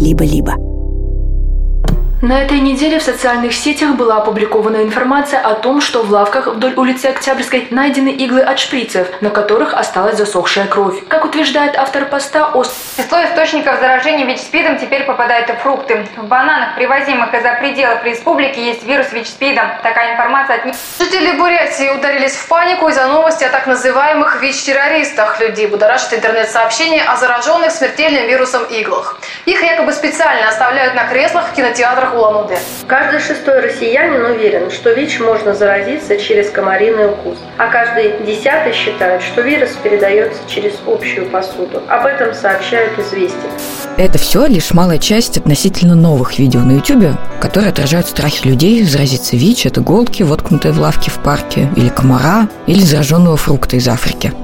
либо-либо. На этой неделе в социальных сетях была опубликована информация о том, что в лавках вдоль улицы Октябрьской найдены иглы от шприцев, на которых осталась засохшая кровь. Как утверждает автор поста, число источников заражения ВИЧ-СПИДом теперь попадает и фрукты. В бананах, привозимых из-за пределов республики, есть вирус ВИЧ-СПИДа. Такая информация от них. Жители Бурятии ударились в панику из-за новости о так называемых ВИЧ-террористах. Людей будоражат интернет-сообщения о зараженных смертельным вирусом иглах. Их якобы специально оставляют на креслах в кинотеатрах Улан-Удэ. Каждый 6-й россиянин уверен, что ВИЧ можно заразиться через комариный укус, а каждый 10-й считает, что вирус передается через общую посуду. Об этом сообщают «Известия». Это все лишь малая часть относительно новых видео на YouTube, которые отражают страхи людей заразиться ВИЧ от иголки, воткнутой в лавке в парке, или комара, или зараженного фрукта из Африки.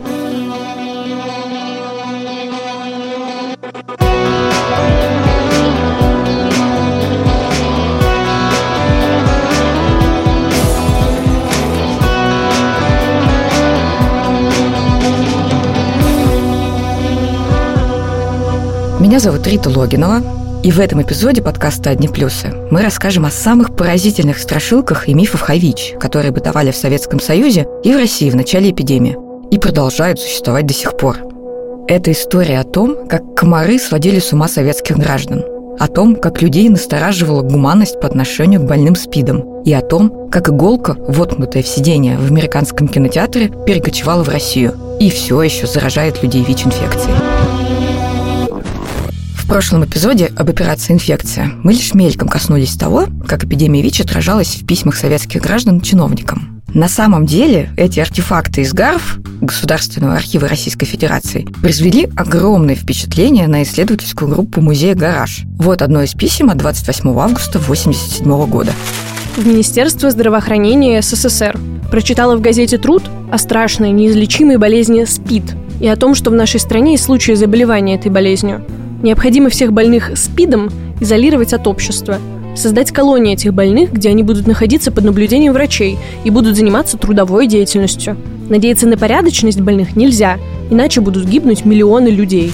Меня зовут Рита Логинова, и в этом эпизоде подкаста «Одни плюсы» мы расскажем о самых поразительных страшилках и мифах о ВИЧ, которые бытовали в Советском Союзе и в России в начале эпидемии, и продолжают существовать до сих пор. Это история о том, как комары сводили с ума советских граждан, о том, как людей настораживала гуманность по отношению к больным СПИДом, и о том, как иголка, воткнутая в сиденье в американском кинотеатре, перекочевала в Россию и все еще заражает людей ВИЧ-инфекцией. В прошлом эпизоде об операции «Инфекция» мы лишь мельком коснулись того, как эпидемия ВИЧ отражалась в письмах советских граждан чиновникам. На самом деле эти артефакты из ГАРФ, Государственного архива Российской Федерации, произвели огромное впечатление на исследовательскую группу музея «Гараж». Вот одно из писем от 28 августа 1987 года. В Министерство здравоохранения СССР. Прочитала в газете «Труд» о страшной неизлечимой болезни СПИД и о том, что в нашей стране есть случаи заболевания этой болезнью. Необходимо всех больных СПИДом изолировать от общества, создать колонии этих больных, где они будут находиться под наблюдением врачей и будут заниматься трудовой деятельностью. Надеяться на порядочность больных нельзя, иначе будут гибнуть миллионы людей.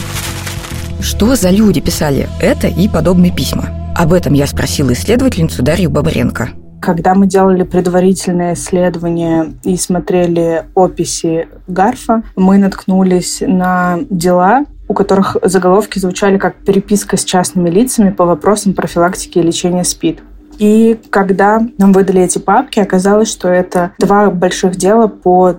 Что за люди писали это и подобные письма? Об этом я спросила исследовательницу Дарью Бобренко. Когда мы делали предварительное исследование и смотрели описи ГАРФа, мы наткнулись на дела, у которых заголовки звучали как «Переписка с частными лицами по вопросам профилактики и лечения СПИД». И когда нам выдали эти папки, оказалось, что это 2 больших дела по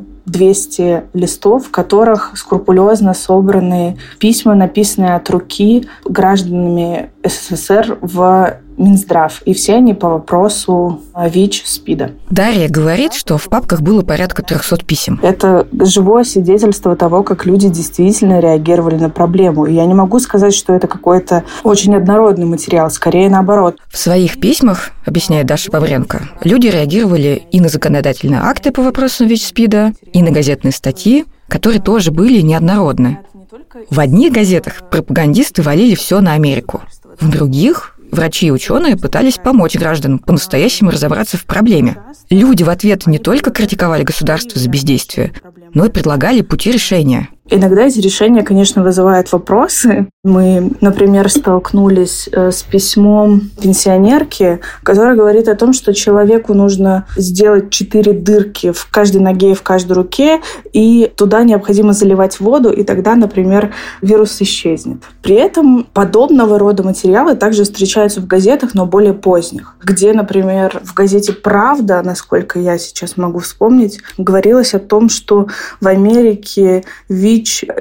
200 листов, в которых скрупулезно собраны письма, написанные от руки гражданами СССР в Минздрав. И все они по вопросу ВИЧ-СПИДа. Дарья говорит, что в папках было порядка 300 писем. Это живое свидетельство того, как люди действительно реагировали на проблему. И я не могу сказать, что это какой-то очень однородный материал, скорее наоборот. В своих письмах, объясняет Даша Бобренко, люди реагировали и на законодательные акты по вопросам ВИЧ-СПИДа, и на газетные статьи, которые тоже были неоднородны. В одних газетах пропагандисты валили все на Америку, в других врачи и ученые пытались помочь гражданам по-настоящему разобраться в проблеме. Люди в ответ не только критиковали государство за бездействие, но и предлагали пути решения. Иногда эти решения, конечно, вызывают вопросы. Мы, например, столкнулись с письмом пенсионерки, которая говорит о том, что человеку нужно сделать 4 дырки в каждой ноге и в каждой руке, и туда необходимо заливать воду, и тогда, например, вирус исчезнет. При этом подобного рода материалы также встречаются в газетах, но более поздних, где, например, в газете «Правда», насколько я сейчас могу вспомнить, говорилось о том, что в Америке ВИЧ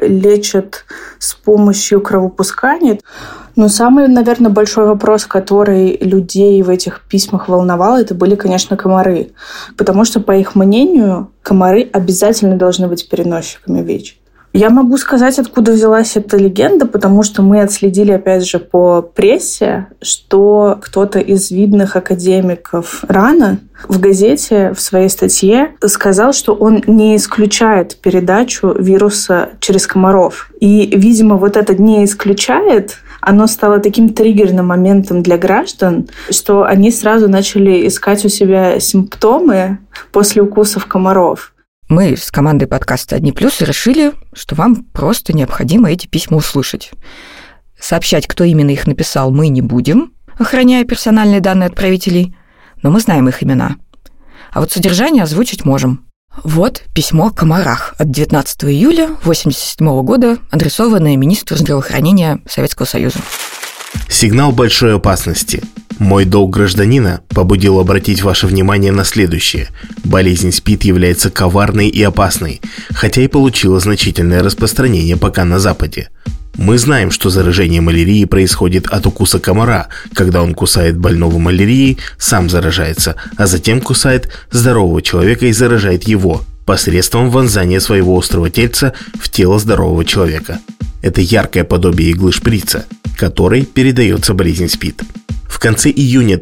лечат с помощью кровопускания. Но самый, наверное, большой вопрос, который людей в этих письмах волновал, это были, конечно, комары. Потому что, по их мнению, комары обязательно должны быть переносчиками ВИЧ. Я могу сказать, откуда взялась эта легенда, потому что мы отследили, опять же, по прессе, что кто-то из видных академиков РАНа в газете в своей статье сказал, что он не исключает передачу вируса через комаров. И, видимо, вот это «не исключает», оно стало таким триггерным моментом для граждан, что они сразу начали искать у себя симптомы после укусов комаров. Мы с командой подкаста «Одни плюсы» решили, что вам просто необходимо эти письма услышать. Сообщать, кто именно их написал, мы не будем, охраняя персональные данные отправителей, но мы знаем их имена. А вот содержание озвучить можем. Вот письмо о комарах от 19 июля 1987 года, адресованное министру здравоохранения Советского Союза. Сигнал большой опасности. Мой долг гражданина побудил обратить ваше внимание на следующее. Болезнь СПИД является коварной и опасной, хотя и получила значительное распространение пока на Западе. Мы знаем, что заражение малярией происходит от укуса комара, когда он кусает больного малярией, сам заражается, а затем кусает здорового человека и заражает его посредством вонзания своего острого тельца в тело здорового человека. Это яркое подобие иглы шприца, которой передается болезнь СПИД. В конце июня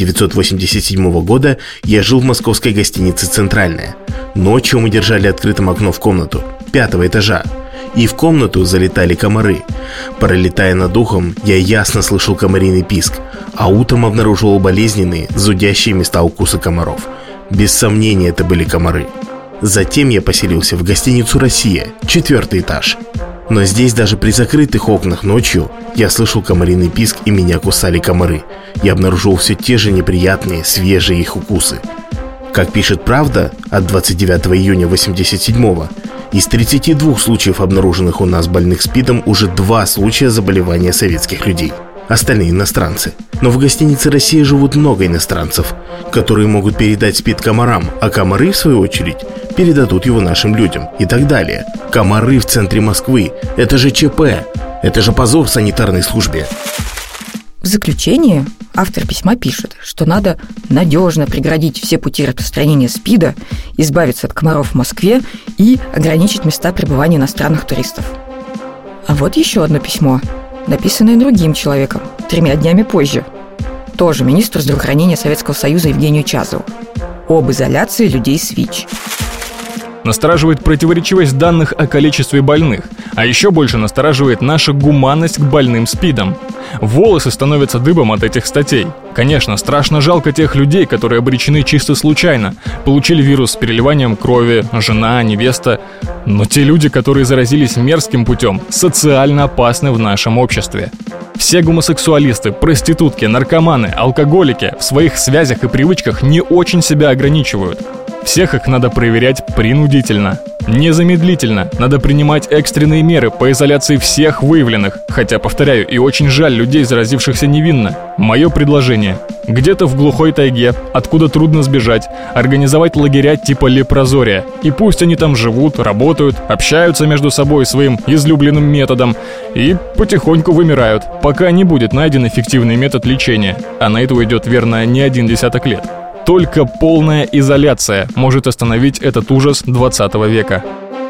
1987 года я жил в московской гостинице «Центральная». Ночью мы держали открытым окно в комнату 5-го этажа, и в комнату залетали комары. Пролетая над ухом, я ясно слышал комариный писк, а утром обнаруживал болезненные, зудящие места укуса комаров. Без сомнения, это были комары. Затем я поселился в гостиницу «Россия», 4-й этаж. Но здесь даже при закрытых окнах ночью я слышал комариный писк, и меня кусали комары. Я обнаружил все те же неприятные, свежие их укусы. Как пишет «Правда» от 29 июня 1987-го, из 32 случаев, обнаруженных у нас больных СПИДом, уже 2 случая заболевания советских людей. Остальные иностранцы. Но в гостинице «Россия» живут много иностранцев, которые могут передать СПИД комарам, а комары, в свою очередь, передадут его нашим людям и так далее. Комары в центре Москвы. Это же ЧП. Это же позор санитарной службе. В заключение автор письма пишет, что надо надежно преградить все пути распространения СПИДа, избавиться от комаров в Москве и ограничить места пребывания иностранных туристов. А вот еще одно письмо, написанное другим человеком, 3 днями позже. Тоже министру здравоохранения Советского Союза Евгению Чазову. Об изоляции людей с ВИЧ. Настораживает противоречивость данных о количестве больных, а еще больше настораживает наша гуманность к больным СПИДом. Волосы становятся дыбом от этих статей. Конечно, страшно жалко тех людей, которые обречены чисто случайно, получили вирус с переливанием крови, жена, невеста. Но те люди, которые заразились мерзким путем, социально опасны в нашем обществе. Все гомосексуалисты, проститутки, наркоманы, алкоголики в своих связях и привычках не очень себя ограничивают. Всех их надо проверять принудительно. Незамедлительно надо принимать экстренные меры по изоляции всех выявленных, хотя, повторяю, и очень жаль людей, заразившихся невинно. Мое предложение: где-то в глухой тайге, откуда трудно сбежать, организовать лагеря типа лепрозория. И пусть они там живут, работают, общаются между собой своим излюбленным методом и потихоньку вымирают, пока не будет найден эффективный метод лечения. А на это уйдет, верно, не 10 лет. Только полная изоляция может остановить этот ужас 20 века.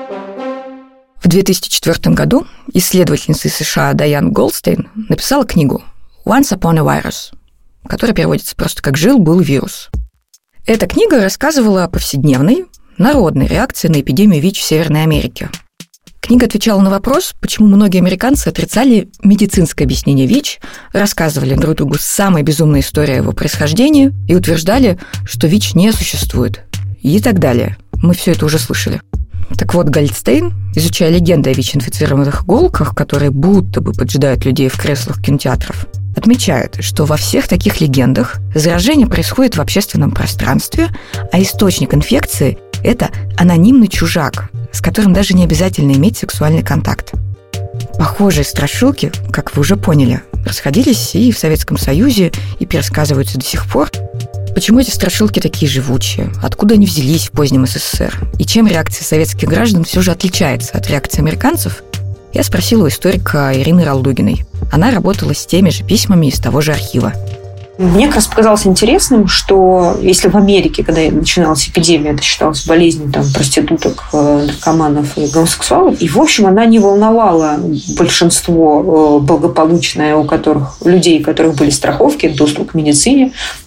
В 2004 году исследовательница из США Дайан Голдстейн написала книгу «Once Upon a Virus», которая переводится просто как «Жил-был вирус». Эта книга рассказывала о повседневной, народной реакции на эпидемию ВИЧ в Северной Америке. Книга отвечала на вопрос, почему многие американцы отрицали медицинское объяснение ВИЧ, рассказывали друг другу самые безумные истории о его происхождении и утверждали, что ВИЧ не существует. И так далее. Мы все это уже слышали. Так вот, Голдстейн, изучая легенды о ВИЧ-инфицированных иголках, которые будто бы поджидают людей в креслах кинотеатров, отмечает, что во всех таких легендах заражение происходит в общественном пространстве, а источник инфекции – это анонимный чужак, с которым даже не обязательно иметь сексуальный контакт. Похожие страшилки, как вы уже поняли, расходились и в Советском Союзе, и пересказываются до сих пор. Почему эти страшилки такие живучие? Откуда они взялись в позднем СССР? И чем реакция советских граждан все же отличается от реакции американцев? Я спросила у историка Ирины Ралдугиной. Она работала с теми же письмами из того же архива. Мне как раз показалось интересным, что если в Америке, когда начиналась эпидемия, это считалось болезнью проституток, наркоманов и гомосексуалов, и, в общем, она не волновала большинство благополучное, у которых людей, у которых были страховки, доступ к медицине,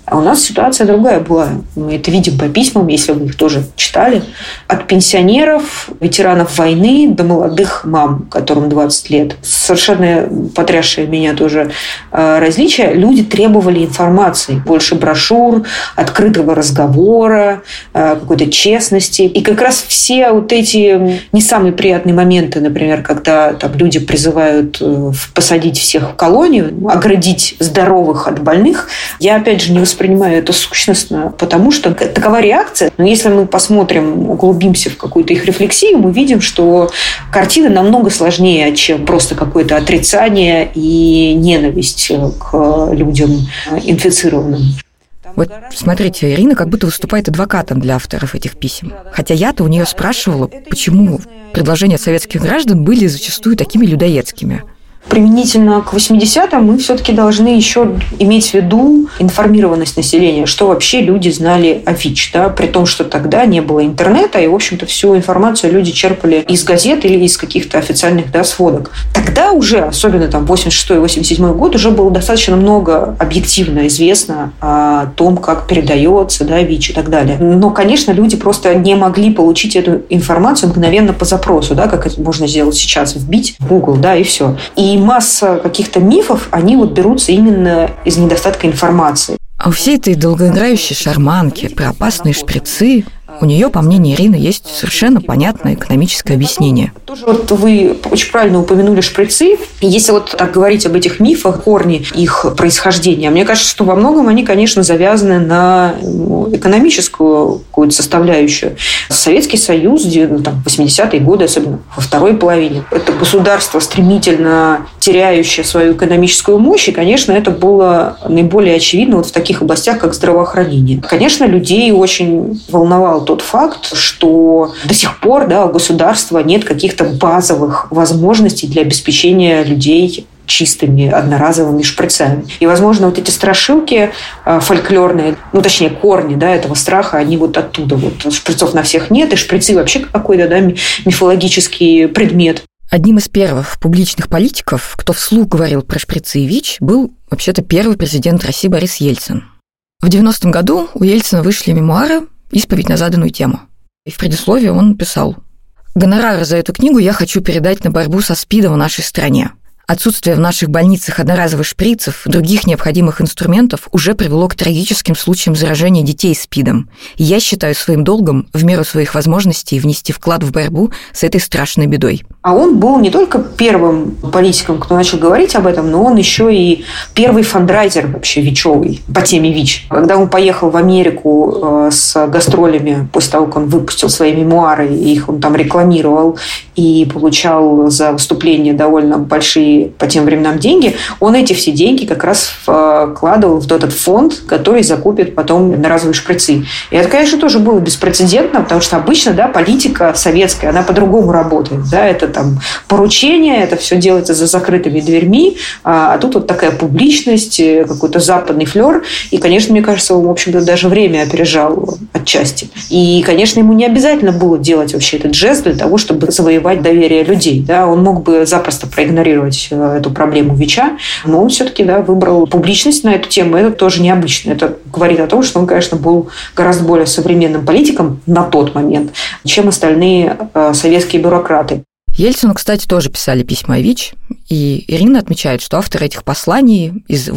А у нас ситуация другая была. Мы это видим по письмам, если вы их тоже читали. От пенсионеров, ветеранов войны до молодых мам, которым 20 лет. Совершенно потрясшее меня тоже различие. Люди требовали информации. Больше брошюр, открытого разговора, какой-то честности. И как раз все вот эти не самые приятные моменты, например, когда там люди призывают посадить всех в колонию, оградить здоровых от больных, я, опять же, не воспринимаю это сущностно, потому что такова реакция. Но если мы посмотрим, углубимся в какую-то их рефлексию, мы видим, что картина намного сложнее, чем просто какое-то отрицание и ненависть к людям инфицированным. Вот смотрите, Ирина как будто выступает адвокатом для авторов этих писем. Хотя я-то у нее спрашивала, почему предложения советских граждан были зачастую такими людоедскими. Применительно к 80-м мы все-таки должны еще иметь в виду информированность населения, что вообще люди знали о ВИЧ, да, при том, что тогда не было интернета, и, в общем-то, всю информацию люди черпали из газет или из каких-то официальных, да, сводок. Тогда уже, особенно там 86-87 год, уже было достаточно много объективно известно о том, как передается, да, ВИЧ и так далее. Но, конечно, люди просто не могли получить эту информацию мгновенно по запросу, да, как это можно сделать сейчас, вбить в Google, да, и все. И масса каких-то мифов, они вот берутся именно из недостатка информации. А у всей этой долгоиграющей шарманки про опасные шприцы у нее, по мнению Ирины, есть совершенно понятное экономическое объяснение. Тоже вот вы очень правильно упомянули шприцы. Если вот так говорить об этих мифах, корни их происхождения, мне кажется, что во многом они, конечно, завязаны на экономическую какую-то составляющую. Советский Союз, там, 80-е годы, особенно во второй половине, это государство, стремительно теряющее свою экономическую мощь, и, конечно, это было наиболее очевидно вот в таких областях, как здравоохранение. Конечно, людей очень волновал тот факт, что до сих пор, да, у государства нет каких-то базовых возможностей для обеспечения людей чистыми одноразовыми шприцами. И, возможно, вот эти страшилки фольклорные, ну, точнее, корни, да, этого страха, они вот оттуда. Вот шприцов на всех нет, и шприцы вообще какой-то, да, мифологический предмет. Одним из первых публичных политиков, кто вслух говорил про шприцы и ВИЧ, был вообще-то первый президент России Борис Ельцин. В 90-м году у Ельцина вышли мемуары «Исповедь на заданную тему». И в предисловии он писал: «Гонорары за эту книгу я хочу передать на борьбу со СПИДом в нашей стране. Отсутствие в наших больницах одноразовых шприцев и других необходимых инструментов уже привело к трагическим случаям заражения детей СПИДом. И я считаю своим долгом в меру своих возможностей внести вклад в борьбу с этой страшной бедой». А он был не только первым политиком, кто начал говорить об этом, но он еще и первый фандрайзер вообще ВИЧовый по теме ВИЧ. Когда он поехал в Америку с гастролями, после того, как он выпустил свои мемуары, их он там рекламировал и получал за выступление довольно большие по тем временам деньги, он эти все деньги как раз вкладывал в этот фонд, который закупит потом одноразовые шприцы. И это, конечно, тоже было беспрецедентно, потому что обычно, да, политика советская, она по-другому работает. Да, это там поручение, это все делается за закрытыми дверьми, а тут вот такая публичность, какой-то западный флер. И, конечно, мне кажется, он, в общем-то, даже время опережал отчасти. И, конечно, ему не обязательно было делать вообще этот жест для того, чтобы завоевать доверие людей. Да, он мог бы запросто проигнорировать эту проблему ВИЧа, но он все-таки, да, выбрал публичность на эту тему. Это тоже необычно. Это говорит о том, что он, конечно, был гораздо более современным политиком на тот момент, чем остальные советские бюрократы. Ельцину, кстати, тоже писали письма о ВИЧ, и Ирина отмечает, что авторы этих посланий из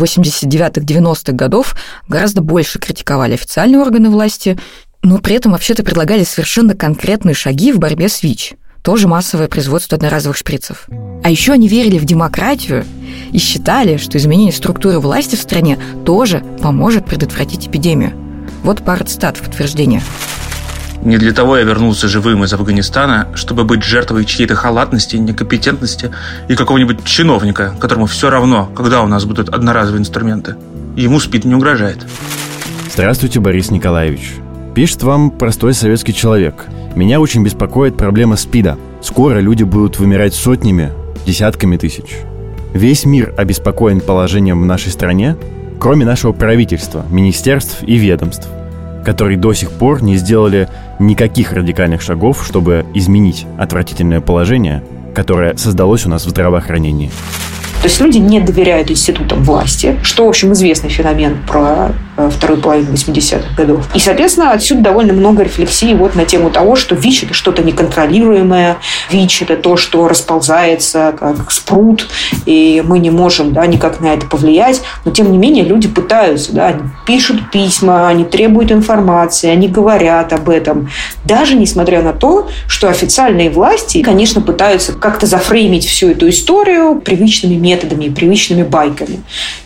89-90-х годов гораздо больше критиковали официальные органы власти, но при этом вообще-то предлагали совершенно конкретные шаги в борьбе с ВИЧ. Тоже массовое производство одноразовых шприцев. А еще они верили в демократию и считали, что изменение структуры власти в стране тоже поможет предотвратить эпидемию. Вот пара цитат в подтверждение. Не для того я вернулся живым из Афганистана, чтобы быть жертвой чьей-то халатности, некомпетентности и какого-нибудь чиновника, которому все равно, когда у нас будут одноразовые инструменты. Ему СПИД не угрожает. Здравствуйте, Борис Николаевич. Пишет вам простой советский человек. Меня очень беспокоит проблема СПИДа. Скоро люди будут вымирать сотнями, десятками тысяч. Весь мир обеспокоен положением в нашей стране, кроме нашего правительства, министерств и ведомств, которые до сих пор не сделали никаких радикальных шагов, чтобы изменить отвратительное положение, которое создалось у нас в здравоохранении. То есть люди не доверяют институтам власти, что, в общем, известный феномен про вторую половину 80-х годов. И, соответственно, отсюда довольно много рефлексий вот на тему того, что ВИЧ – это что-то неконтролируемое, ВИЧ – это то, что расползается как спрут, и мы не можем, да, никак на это повлиять. Но, тем не менее, люди пытаются, да, они пишут письма, они требуют информации, они говорят об этом. Даже несмотря на то, что официальные власти, конечно, пытаются как-то зафреймить всю эту историю привычными методами, привычными байками.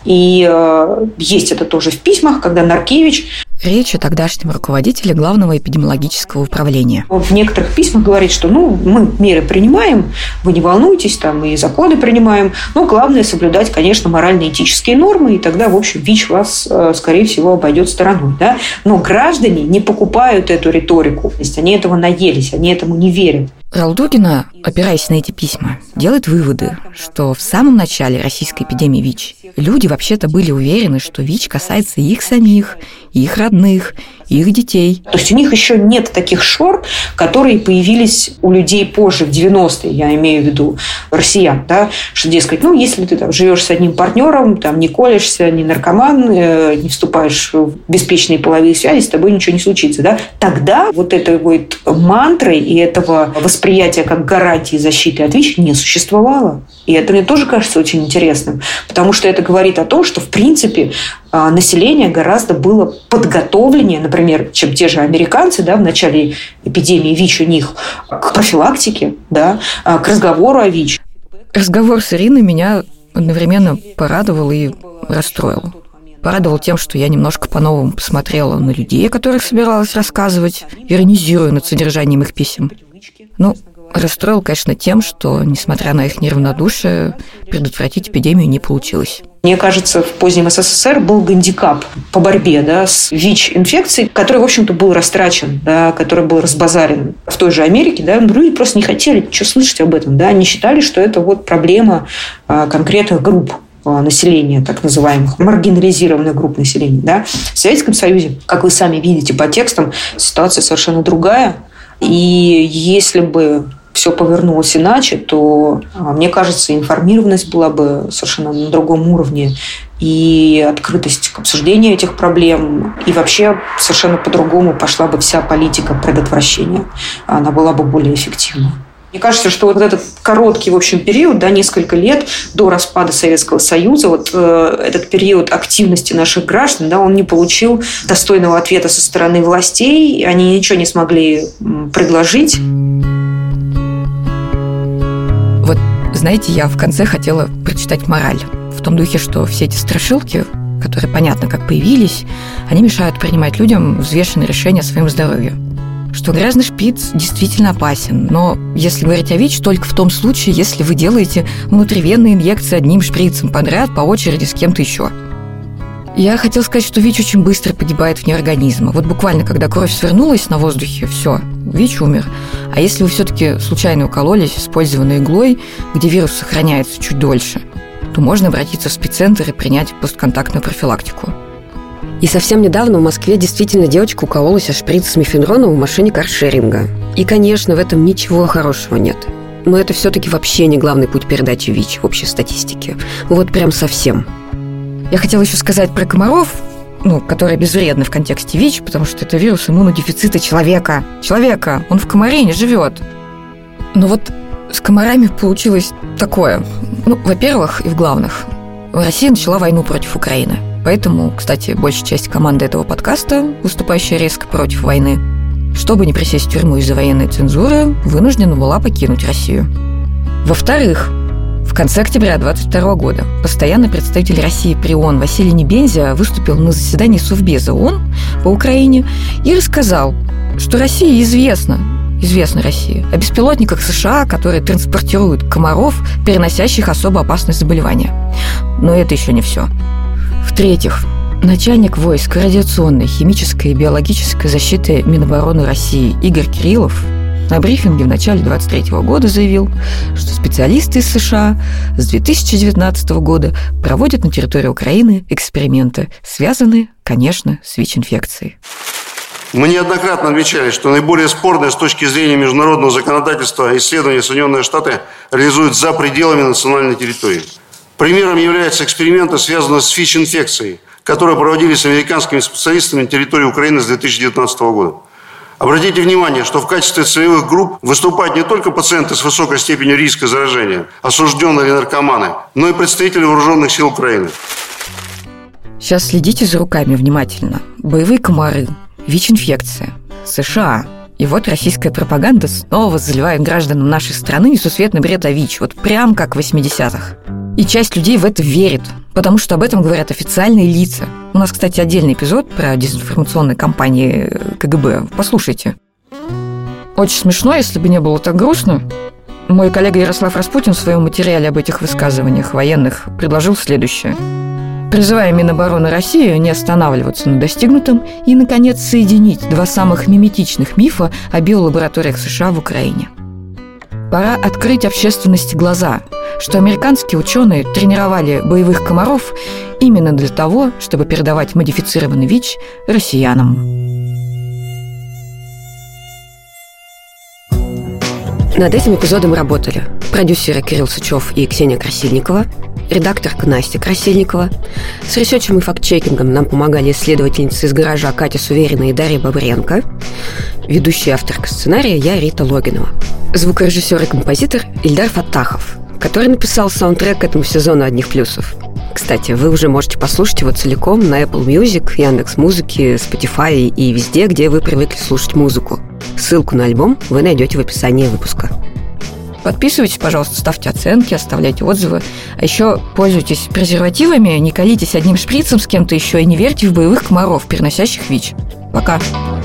И есть это тоже в письмах, когда Наркевич... Речь о тогдашнем руководителе Главного эпидемиологического управления. В некоторых письмах говорит, что мы меры принимаем, вы не волнуйтесь, там и законы принимаем, но главное соблюдать, конечно, морально-этические нормы, и тогда, в общем, ВИЧ вас, скорее всего, обойдет стороной. Да? Но граждане не покупают эту риторику, то есть они этого наелись, они этому не верят. Ралдугина, опираясь на эти письма, делает выводы, что в самом начале российской эпидемии ВИЧ люди вообще-то были уверены, что ВИЧ касается их самих, их родных, их детей. То есть у них еще нет таких шор, которые появились у людей позже, в 90-е, я имею в виду россиян, да, что, дескать, если ты там живешь с одним партнером, там не колешься, не наркоман, не вступаешь в беспечные половые связи, с тобой ничего не случится, да, тогда вот этой вот мантры и этого восприятия как гарантии защиты от ВИЧ не существовало. И это мне тоже кажется очень интересным, потому что это говорит о том, что, в принципе, население гораздо было подготовленнее, например, чем те же американцы, да, в начале эпидемии ВИЧ у них, к профилактике, да, к разговору о ВИЧ. Разговор с Ириной меня одновременно порадовал и расстроил. Порадовал тем, что я немножко по-новому посмотрела на людей, о которых собиралась рассказывать, иронизируя над содержанием их писем. Расстроил, конечно, тем, что, несмотря на их неравнодушие, предотвратить эпидемию не получилось. Мне кажется, в позднем СССР был гандикап по борьбе, да, с ВИЧ-инфекцией, который, в общем-то, был растрачен, да, который был разбазарен в той же Америке. Да, люди просто не хотели ничего слышать об этом. Да, они считали, что это вот проблема конкретных групп населения, так называемых маргинализированных групп населения. Да. В Советском Союзе, как вы сами видите по текстам, ситуация совершенно другая. И если бы все повернулось иначе, то, мне кажется, информированность была бы совершенно на другом уровне, и открытость к обсуждению этих проблем, и вообще совершенно по-другому пошла бы вся политика предотвращения. Она была бы более эффективна. Мне кажется, что вот этот короткий, в общем, период, да, несколько лет до распада Советского Союза, вот этот период активности наших граждан, да, он не получил достойного ответа со стороны властей, они ничего не смогли предложить. Вот, знаете, я в конце хотела прочитать мораль. В том духе, что все эти страшилки, которые понятно как появились, они мешают принимать людям взвешенные решения о своем здоровье. Что грязный шприц действительно опасен, но если говорить о ВИЧ, только в том случае, если вы делаете внутривенные инъекции одним шприцем подряд по очереди с кем-то еще. Я хотела сказать, что ВИЧ очень быстро погибает вне организма. Вот буквально, когда кровь свернулась на воздухе, все, ВИЧ умер. А если вы все-таки случайно укололись использованной иглой, где вирус сохраняется чуть дольше, то можно обратиться в спеццентр и принять постконтактную профилактику. И совсем недавно в Москве действительно девочка укололась от шприца с мифедроном в машине каршеринга. И, конечно, в этом ничего хорошего нет. Но это все-таки вообще не главный путь передачи ВИЧ в общей статистике. Вот прям совсем. Я хотела еще сказать про комаров, которые безвредны в контексте ВИЧ, потому что это вирус иммунодефицита человека. Он в комаре не живет. Но вот с комарами получилось такое. Во-первых, и в главных, Россия начала войну против Украины. Поэтому, кстати, большая часть команды этого подкаста, выступающая резко против войны, чтобы не присесть в тюрьму из-за военной цензуры, вынуждена была покинуть Россию. Во-вторых, в конце октября 2022 года постоянный представитель России при ООН Василий Небензя выступил на заседании Совбеза ООН по Украине и рассказал, что России известно России о беспилотниках США, которые транспортируют комаров, переносящих особо опасные заболевания. Но это еще не все. В-третьих, начальник войск радиационной, химической и биологической защиты Минобороны России Игорь Кириллов на брифинге в начале 2023 года заявил, что специалисты из США с 2019 года проводят на территории Украины эксперименты, связанные, конечно, с ВИЧ-инфекцией. Мы неоднократно отмечали, что наиболее спорное с точки зрения международного законодательства исследования Соединенные Штаты реализуют за пределами национальной территории. Примером являются эксперименты, связанные с ВИЧ-инфекцией, которые проводились американскими специалистами на территории Украины с 2019 года. Обратите внимание, что в качестве целевых групп выступают не только пациенты с высокой степенью риска заражения, осужденные или наркоманы, но и представители вооруженных сил Украины. Сейчас следите за руками внимательно. Боевые комары, ВИЧ-инфекция, США. И вот российская пропаганда снова заливает гражданам нашей страны несусветный бред о ВИЧ. Вот прям как в 80-х. И часть людей в это верит, потому что об этом говорят официальные лица. У нас, кстати, отдельный эпизод про дезинформационные кампании КГБ. Послушайте. Очень смешно, если бы не было так грустно. Мой коллега Ярослав Распутин в своем материале об этих высказываниях военных предложил следующее. Призывая Минобороны России не останавливаться на достигнутом и, наконец, соединить два самых миметичных мифа о биолабораториях США в Украине. Пора открыть общественности глаза, что американские ученые тренировали боевых комаров именно для того, чтобы передавать модифицированный ВИЧ россиянам. Над этим эпизодом работали продюсеры Кирилл Сычев и Ксения Красильникова, редакторка Настя Красильникова. С ресерчем и фактчекингом нам помогали исследовательницы из гаража Катя Суверина и Дарья Бобренко. Ведущая авторка сценария я, Рита Логинова. Звукорежиссер и композитор Ильдар Фаттахов, который написал саундтрек к этому сезону «Одних плюсов». Кстати, вы уже можете послушать его целиком на Apple Music, Яндекс.Музыке, Spotify и везде, где вы привыкли слушать музыку. Ссылку на альбом вы найдете в описании выпуска. Подписывайтесь, пожалуйста, ставьте оценки, оставляйте отзывы. А еще пользуйтесь презервативами, не колитесь одним шприцем с кем-то еще и не верьте в боевых комаров, переносящих ВИЧ. Пока!